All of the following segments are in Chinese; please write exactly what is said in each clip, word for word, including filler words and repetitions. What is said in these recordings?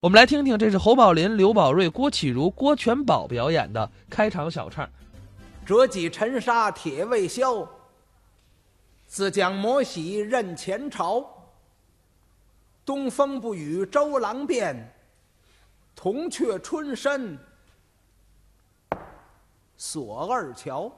我们来听听，这是侯宝林、刘宝瑞、郭启儒、郭全宝表演的开场小唱。 折戟沉沙铁未销，自将摩洗任前朝。东风不与周郎便，铜雀春深锁二乔。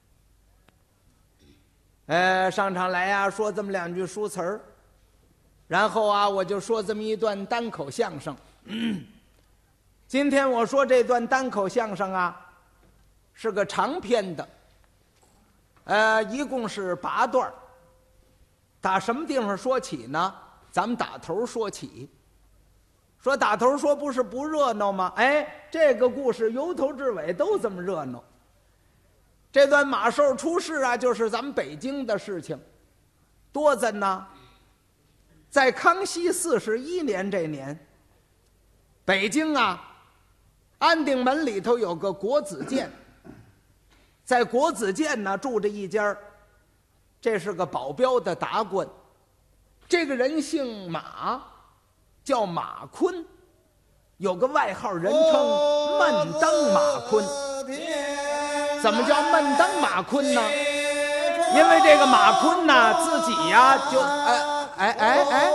呃，上场来呀、啊，说这么两句书词儿，然后啊，我就说这么一段单口相声。嗯、今天我说这段单口相声啊，是个长篇的，呃，一共是八段。打什么地方说起呢？咱们打头说起。说打头说不是不热闹吗？哎，这个故事由头至尾都这么热闹。这段马寿出世啊，就是咱们北京的事情，多怎呢？在康熙四十一年这年，北京啊，安定门里头有个国子监，在国子监呢住着一家，这是个保镖的达官，这个人姓马，叫马坤，有个外号人称闷灯马坤。怎么叫闷灯马坤呢？因为这个马坤呢自己呀、啊、就哎哎哎哎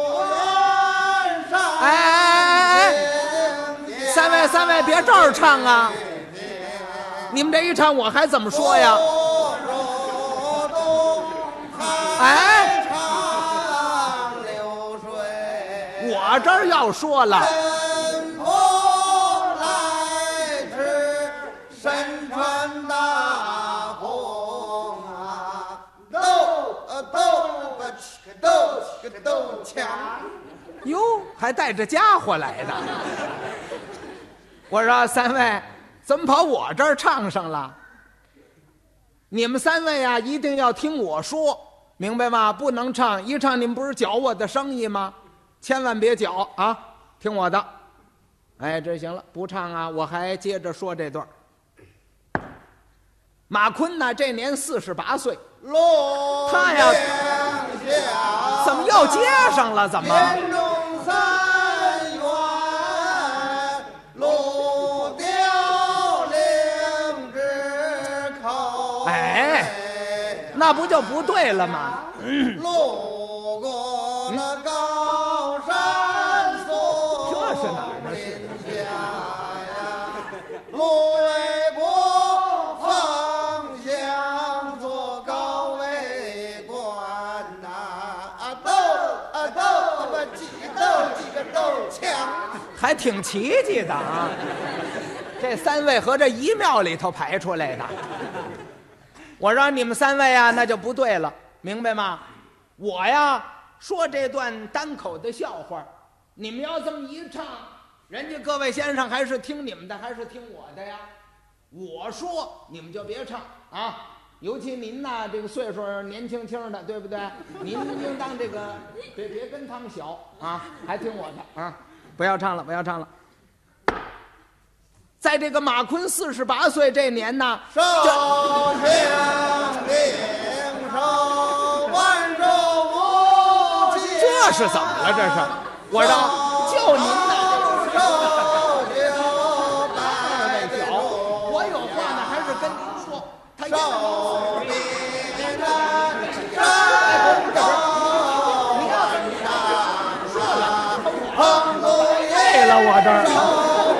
哎哎哎，三位三位别这儿唱啊！你们这一唱我还怎么说呀？哎，我这儿要说了。哟，还带着家伙来的。我说三位怎么跑我这儿唱上了？你们三位啊一定要听我说，明白吗？不能唱，一唱你们不是搅我的生意吗？千万别搅啊，听我的。哎，这行了，不唱啊，我还接着说这段。马坤呢这年四十八岁，他呀怎么又接上了？怎么？哎，那不就不对了吗？嗯、 路过那高山松， 这是哪儿呢？ 是呀，路为国方向做高位官呐，啊斗啊斗吧几斗几个斗强， 还挺奇迹的啊！这三位合着一庙里头排出来的。我让你们三位啊，那就不对了，明白吗？我呀说这段单口的笑话，你们要这么一唱，人家各位先生还是听你们的还是听我的呀？我说你们就别唱啊，尤其您呐这个岁数年轻轻的，对不对？您应当这个别别跟他们小啊，还听我的啊，不要唱了，不要唱了。在这个马坤四十八岁这年呢， 手枪领手万寿无疆， 这是怎么了？这是我让就您呢， 手就摆小，我有话呢还是跟您说。他手里人山上累了我这儿。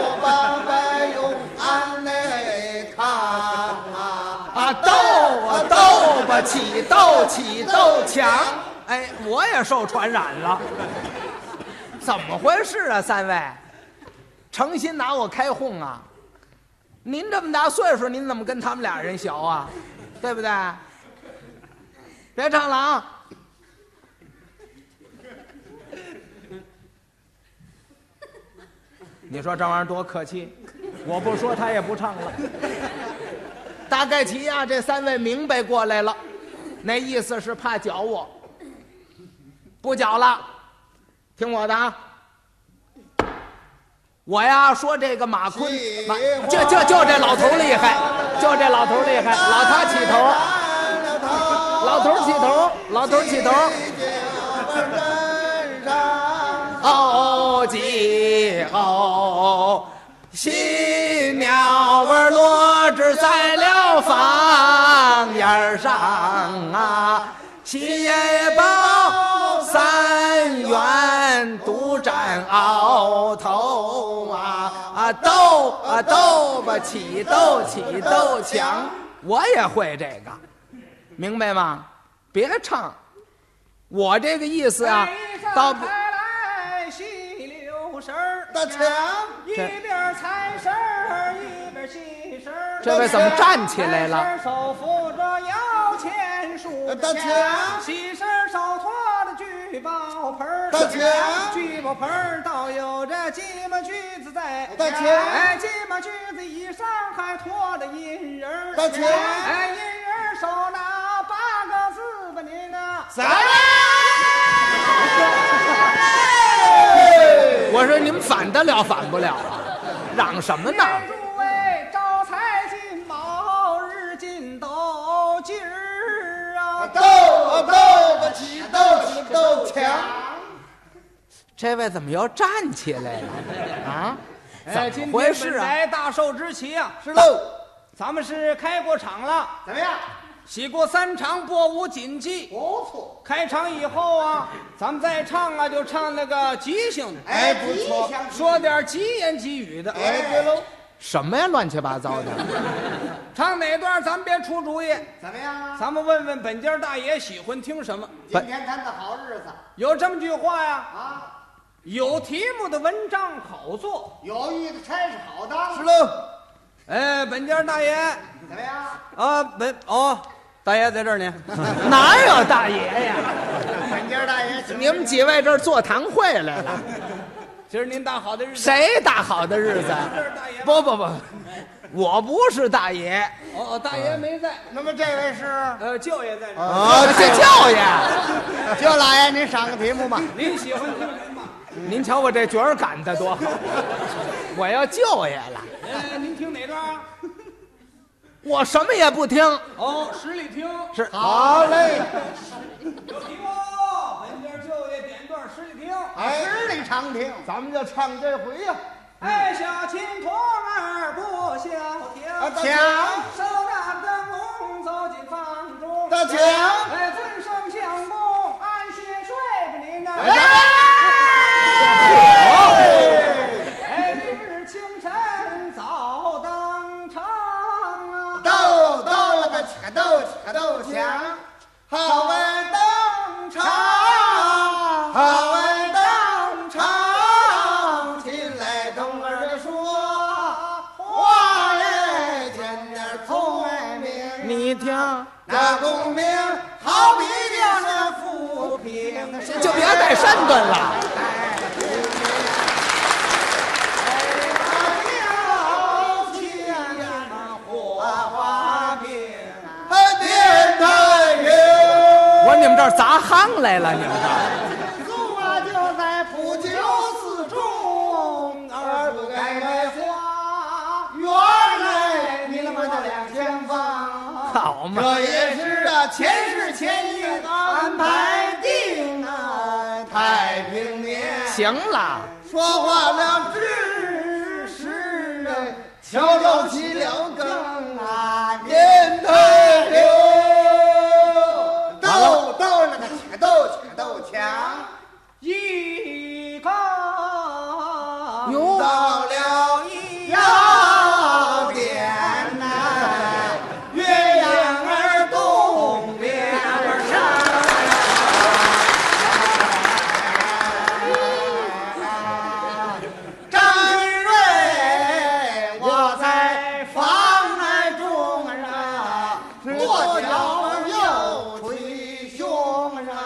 斗吧起斗起斗强，哎，我也受传染了，怎么回事啊？三位，诚心拿我开哄啊？您这么大岁数，您怎么跟他们俩人小啊？对不对？别唱了啊！你说这玩意儿多客气，我不说他也不唱了。大概其啊，这三位明白过来了，那意思是怕搅我，不搅了，听我的啊！我呀说这个马坤，马就就就这老头厉害，就这老头厉害，老他起头，老头起头，老头起头，哦，几以后，新鸟儿落枝在了房檐上啊，喜报三元独占鳌头啊啊斗啊斗吧起斗起斗强，我也会这个，明白吗？别唱，我这个意思啊，到抬来细溜声儿， 大强， 一边财神儿一边喜神儿。 这位怎么站起来了？ 财神手扶着摇钱树， 大强， 喜神手托着聚宝盆儿， 大强， 聚宝盆儿倒有这鸡毛橘子在， 大强哎，鸡毛橘子以上还托着银人儿， 大强哎，银人手拿八个字吧您啊， 啥呀？ 我说你们反得了反不了啊？嚷什么呢？ 诸位招财进宝，日进斗金儿啊！ 斗啊斗吧起斗起斗强， 这位怎么又站起来了？啊？ 哎， 怎么回事啊？ 来大寿之期啊！ 是喽， 咱们是开过场了， 怎么样？ 洗过三场播舞锦记。 不错， 开场以后啊，咱们再唱啊，就唱那个吉祥的， 哎，不错， 说点吉言吉语的。 哎，对喽， 什么呀？乱七八糟的！ 唱哪段咱别出主意， 怎么样啊？ 咱们问问本家大爷喜欢听什么。 今天咱的好日子有这么句话呀， 啊， 有题目的文章好做。 有意的差事好当， 是喽， 哎，本家大爷怎么样？ 啊，本哦，大爷在这儿呢。 哪有大爷呀？ 本家大爷， 你们几位这儿座谈会来了？ 今儿您大好的日子， 谁大好的日子？ 这是大爷吗？ 不不不，我不是大爷， 哦哦，大爷没在， 那么这位是？ 呃，舅爷在这儿。 啊，这舅爷。 舅老爷，您上个题目吧。 您喜欢听什么？ 您瞧我这角儿赶得多好，我要舅爷了， 呃，您听哪段啊？ 我什么也不听。 哦，十里听。 是好嘞， 有题目，本家舅爷点段十里听。 哎，十里长亭，咱们就唱这回呀。 哎，小青童儿不消啊停， 强手拿灯笼走进房中， 大强哎，尊圣相公安歇睡吧您呐。哎，明日清晨早登场啊， 斗斗了个恰斗恰斗强，好为登场，好为登场，进来东儿的说话嘞，见点聪明， 你听， 那功名好比就是浮萍， 就别带山顿了。我说你们这儿砸夯来了，你们这儿。 路啊就在普救寺中，而不该卖花园来，你他妈的两千方。 好嘛， 这也是啊，前世前因安排定啊，太平年。 行了， 说话了知识，敲着起了更啊，年太平。斗斗了个恰斗恰斗强， 一个哟到了一要点呐，鸳鸯儿东边儿上，张云瑞我在房内中啊，跺脚儿又捶胸上，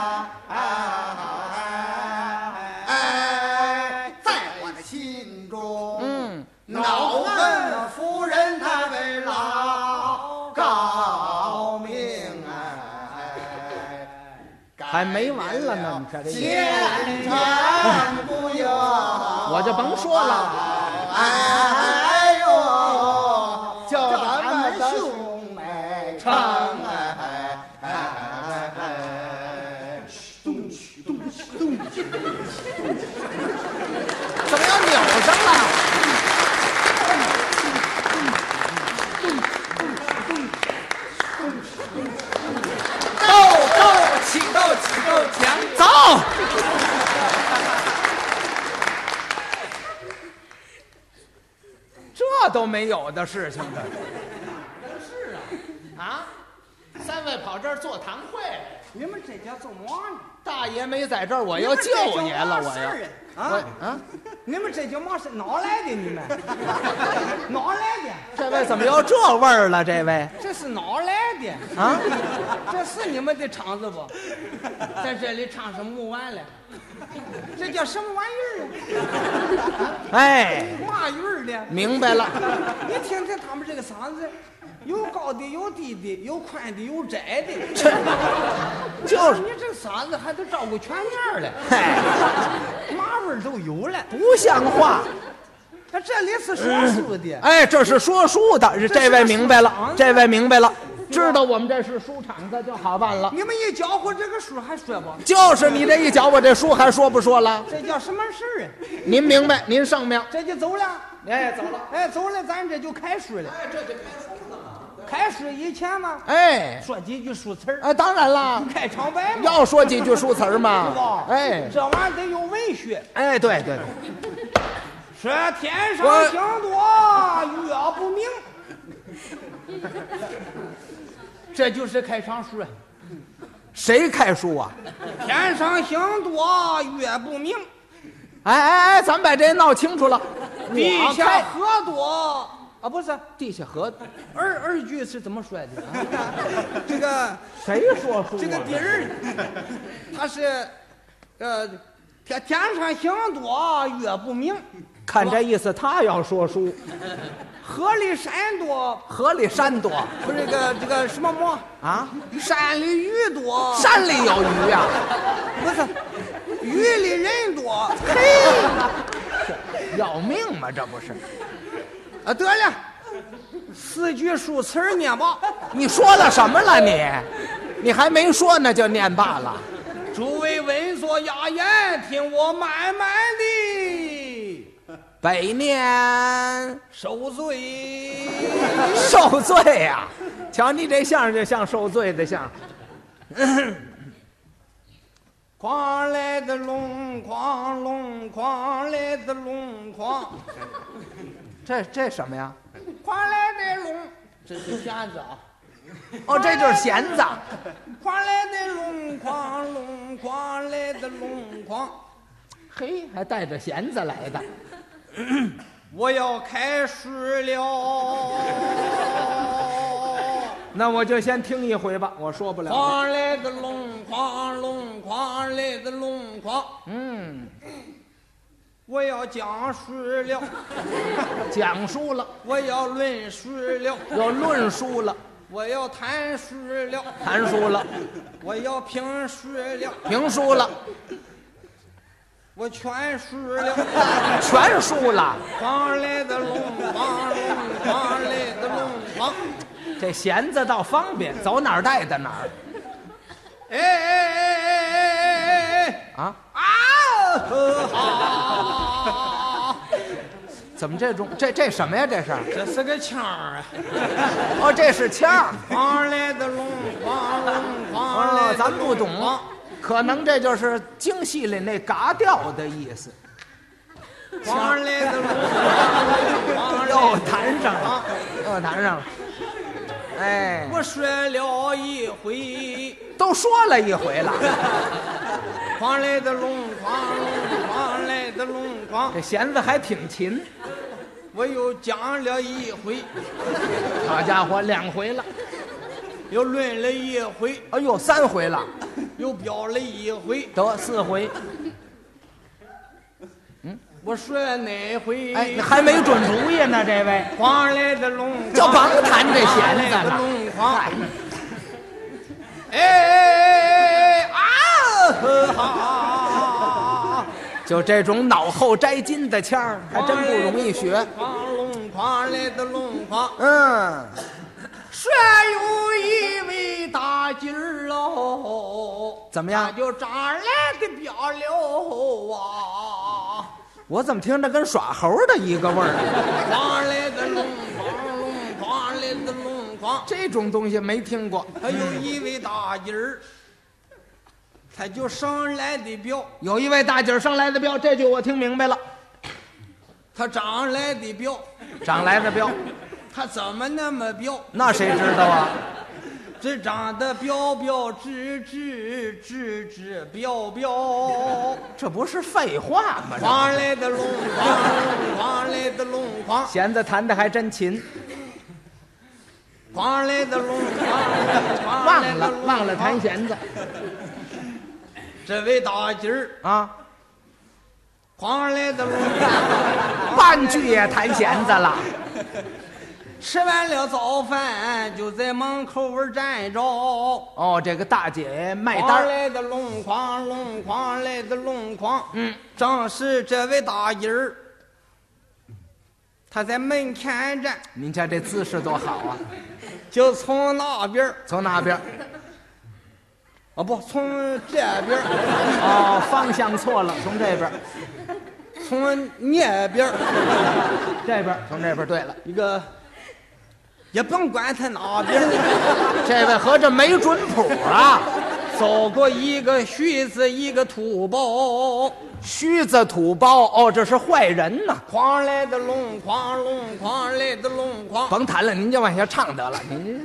哎，在我的心中， 嗯， 恼恨夫人她为老高明哎， 还没完了呢，你这千万不由， 我就甭说了。 哎呦，叫咱们的兄妹唱哎哎哎哎，动起动起动起， 怎么样？你都没有的事情的。 是啊，啊，三位跑这儿座谈会来， 你们这叫做么呢？ 大爷没在这儿，我要救爷了，我要。 啊啊！ 你们这叫嘛事？哪来的？你们哪来的？ 这位怎么又这味儿了？这位这是哪来的？ 啊， 这是你们的场子不？在这里唱什么木碗嘞？这叫什么玩意儿啊？ 哎， 嘛鱼儿的？ 明白了。 你听听他们这个嗓子，有高的，有低的，有宽的，有窄的。 就是你这个嗓子还得照顾全面嘞。 嗨， 嘛味儿都有了， 不像话。 他这里是说书的。 哎，这是说书的， 这这位明白了是， 这位明白了，知道我们这是书场子就好办了。 你们一搅和这个书还说不？ 就是你这一脚，我这书还说不说了？ 这叫什么事儿啊？ 您明白，您上面。 这就走了。 哎，走了。 哎，走了，咱这就开书了。 哎，这就开书了。 开书以前嘛， 哎， 说几句书词儿。 哎，当然了， 开场白嘛， 要说几句书词儿嘛， 是吧？ 哎， 这玩意儿得有文学。 哎，对对对， 说天上星多月不明，这就是开场书。 谁开书啊？ 天上星多月不明， 哎哎哎，咱把这闹清楚了。 地下开河多啊，不是地下河， 二二句是怎么说的？这个谁说书啊？ 这个底儿，它是，呃，天天上星多月不明， 看这意思，他要说书。 河里山多， 河里山多不是这个这个什么么？ 啊， 山里鱼多， 山里有鱼呀、 不是，鱼里人多。 嘿，要命嘛，这不是？ 啊，得了，四句书词儿念吧。 你说了什么了你？你还没说呢，就念罢了。 诸位稳坐雅言，听我慢慢的百年受罪。 受罪呀、瞧你这相声就像受罪的相声。 哐来的隆哐隆哐来的隆哐， 这这什么呀？ 哐来的隆，这是弦子啊。 哦，这就是弦子。 哐来的隆哐隆哐来的隆哐， 嘿，还带着弦子来的。 我要开始了。 那我就先听一回吧，我说不了。 哐来的隆哐隆哐来的隆哐， 嗯， 我要讲述了， 讲述了， 我要论述了， 有论述了， 我要谈述了， 谈书了， 我要评述了， 评书了， 我全述了。 全书了。 哐来的隆哐隆哐来的隆哐， 这弦子倒方便，走哪儿带到哪儿。 哎哎哎哎哎哎哎啊啊！呵哈， 怎么这种这这什么呀？这是？ 这是个腔儿啊！ 哦，这是腔。 哐来的隆哐隆哐来哦的， 咱不懂，可能这就是京戏里那嘎调的意思。 哐来的隆哐又来的弹上了，又弹上了。哎， 我说了一回， 都说了一回了， 哐来的隆哐隆哐来的隆哐， 这弦子还挺勤。 我又讲了一回， 好家伙，两回了。 又论了一回， 哎呦，三回了， 又标了一回。 得四回。 我说哪回？ 哎，还没准主意呢，这位哐来的隆， 就甭弹这弦子的了。 隆哐。哎哎哎啊！呵哈！ 就这种脑后摘金的腔儿，还真不容易学。 哐隆哐来的隆哐。 嗯， 说有一位大姐儿喽， 怎么样他就长来的漂亮啊！ 我怎么听着跟耍猴的一个味儿？ 哐来的隆哐隆哐来的隆哐。 这种东西没听过。 还有一位大姐儿，他就上来的表， 有一位大姐儿上来的标，这句我听明白了。 他长来的彪， 长来的彪， 他怎么那么彪？ 那谁知道啊？ 这长得彪彪直直直直彪彪， 这不是废话吗？ 哐来的隆哐，哐来的隆哐， 弦子弹的还真勤。 哐来的隆哐， 忘了忘了弹弦子这位大姐儿， 啊， 哐来的隆， 半句也弹弦子了。 吃完了早饭，就在门口儿站着。 哦，这个大姐卖哐单儿， 来的隆哐，隆哐来的隆哐。 嗯， 正是这位大姨儿，她在门前站， 您瞧这姿势多好啊！ 就从那边儿从哪边儿？ 啊，不，从这边儿， 哦，方向错了，从这边儿， 从那边儿， 这边儿，从这边儿。对了， 一个也甭管他哪边儿， 这位合着没准谱啊？ 走过一个须子，一个土包。 须子土包，哦，这是坏人呐！ 哐来的隆哐，隆哐来的隆哐。 甭谈了，您就往下唱得了。您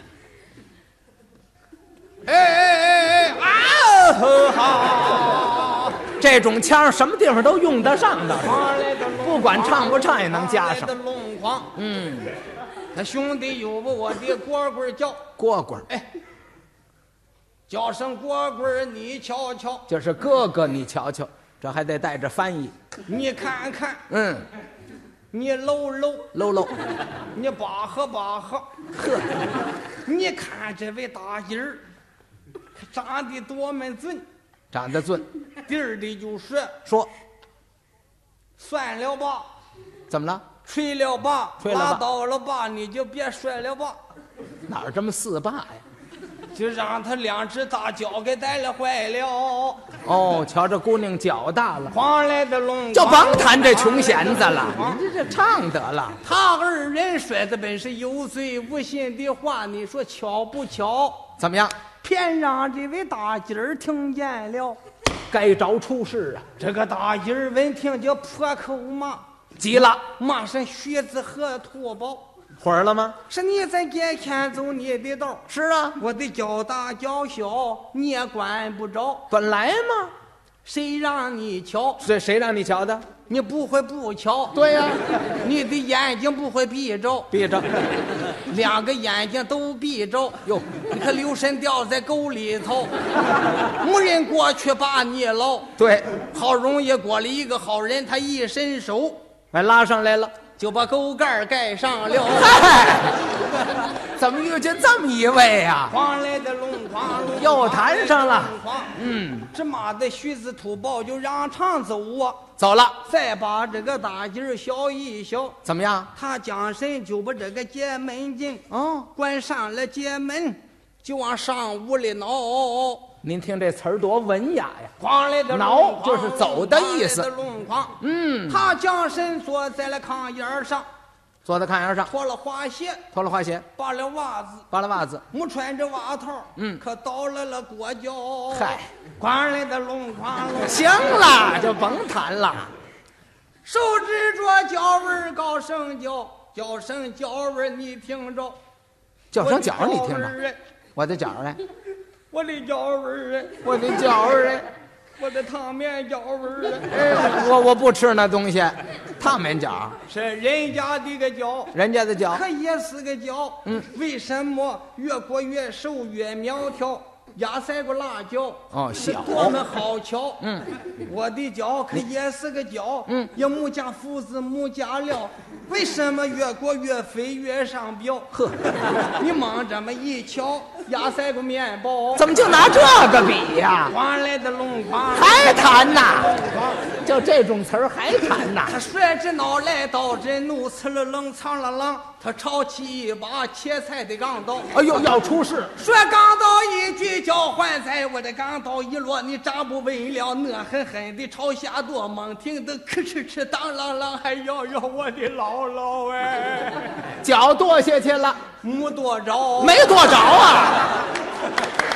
哎哎哎哎啊！呵好， 这种腔什么地方都用得上的， 哐来的隆， 不管唱不唱也能加上哐来的。隆哐。 嗯， 他兄弟有不我的蝈蝈叫， 蝈蝈， 哎，叫声蝈蝈你瞧瞧， 就是哥哥，你瞧瞧，这还得带着翻译。 你看看， 嗯， 你搂搂， 搂搂， 你把喝把喝， 呵， 你看这位大姨儿，长得多么俊。 长得俊。 第二的就是说算了吧， 怎么了？ 吹了吧， 吹了吧拉倒了吧，你就别摔了吧， 哪儿这么四霸呀？ 就让他两只大脚给带了坏了。 哦，瞧这姑娘脚大了， 哐来的隆， 就甭弹这穷弦子了，您这这唱得了。 他二人摔的本是有罪无信的话，你说巧不巧？ 怎么样？ 偏让这位大姐儿听见了。 该着出事啊！ 这个大姨儿闻听就破口骂， 急了， 骂声须子和土包。 火儿了吗？ 是你在眼前走你的道， 是啊， 我的脚大脚小你也管不着， 本来嘛， 谁让你瞧？ 这谁让你瞧的？ 你不会不瞧？ 对呀、 你的眼睛不会闭着， 闭着。 两个眼睛都闭着。 哟， 你可留神掉在沟里头，没人过去把你捞。 对， 好容易过了一个好人，他一伸手还拉上来了。 就把沟盖盖上了。 嗨，怎么遇见这么一位呀、 哐来的隆哐隆， 又弹上了。 哐。 嗯， 这妈的须子土包就让唱走啊！ 走了， 再把这个大劲儿小一小， 怎么样？ 他将身就把这个街门进， 哦， 关上了街门，就往上屋里挠。 您听这词儿多文雅呀！ 哐来的挠就是走的意思哐来的隆哐。 嗯， 他将身坐在了炕沿上， 坐在炕沿上， 脱了花鞋， 脱了花鞋， 扒了袜子， 扒了袜子。 没穿着袜套， 嗯可倒了了裹脚。 嗨， 哐来的隆哐隆。 行了，就甭弹了。 手指着脚纹儿高声叫，叫声脚纹儿你听着， 叫声脚儿你听着， 我的脚纹儿我的脚儿哎， 我的脚纹儿哎， 我的脚儿哎， 我的汤面脚纹儿哎， 哎，我我不吃那东西，烫面脚， 是人家的个脚， 人家的脚可也是个脚。 嗯， 为什么越过越瘦越苗条？压塞过辣椒， 哦小多么好瞧！ 嗯， 我的脚可也是个脚， 嗯， 也木加麸子木加料，为什么越过越肥越上膘？ 呵， 你猛这么一瞧，压塞过面包， 怎么就拿这个比呀、 哐来的隆哐， 还弹呐？就这种词儿还弹呐？ 他甩着脑来到这怒呲了冷苍啷啷，他抄起一把切菜的钢刀， 哎呦，要出事！ 甩钢刀一举交换在我的钢刀一落，你扎不稳了，恶狠狠的朝下剁，猛听得吭哧哧当啷啷，还要要我的姥姥哎， 脚剁下去了， 没多着， 没剁着啊！